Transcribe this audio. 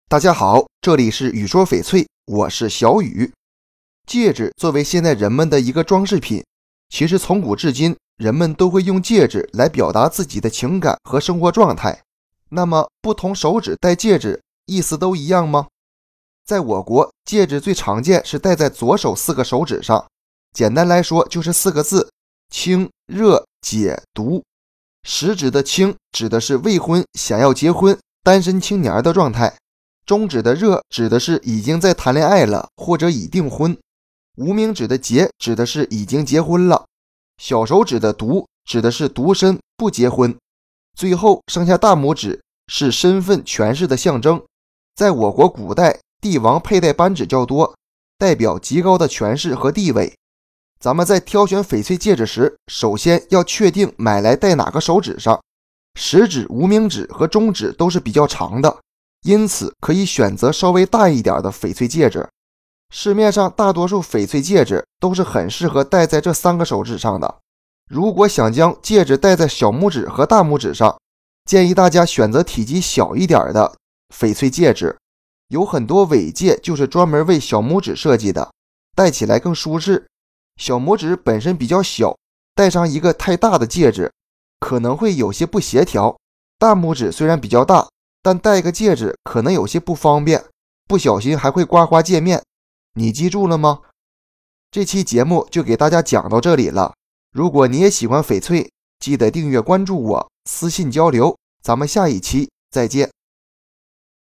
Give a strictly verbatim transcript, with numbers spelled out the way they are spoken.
大家好，这里是雨说翡翠，我是小雨。戒指作为现在人们的一个装饰品，其实从古至今，人们都会用戒指来表达自己的情感和生活状态。那么，不同手指戴戒指，意思都一样吗？在我国，戒指最常见是戴在左手四个手指上，简单来说就是四个字：清、热、解、毒。食指的清指的是未婚想要结婚、单身青年的状态。中指的热指的是已经在谈恋爱了或者已订婚，无名指的结指的是已经结婚了，小手指的独指的是独身不结婚，最后剩下大拇指是身份权势的象征。在我国古代，帝王佩戴扳指较多，代表极高的权势和地位。咱们在挑选翡翠戒指时，首先要确定买来戴哪个手指上，食指、无名指和中指都是比较长的，因此可以选择稍微大一点的翡翠戒指。市面上大多数翡翠戒指都是很适合戴在这三个手指上的。如果想将戒指戴在小拇指和大拇指上，建议大家选择体积小一点的翡翠戒指。有很多尾戒就是专门为小拇指设计的，戴起来更舒适。小拇指本身比较小，戴上一个太大的戒指可能会有些不协调。大拇指虽然比较大，但戴个戒指可能有些不方便，不小心还会刮花戒面。你记住了吗？这期节目就给大家讲到这里了。如果你也喜欢翡翠，记得订阅关注我，私信交流。咱们下一期再见。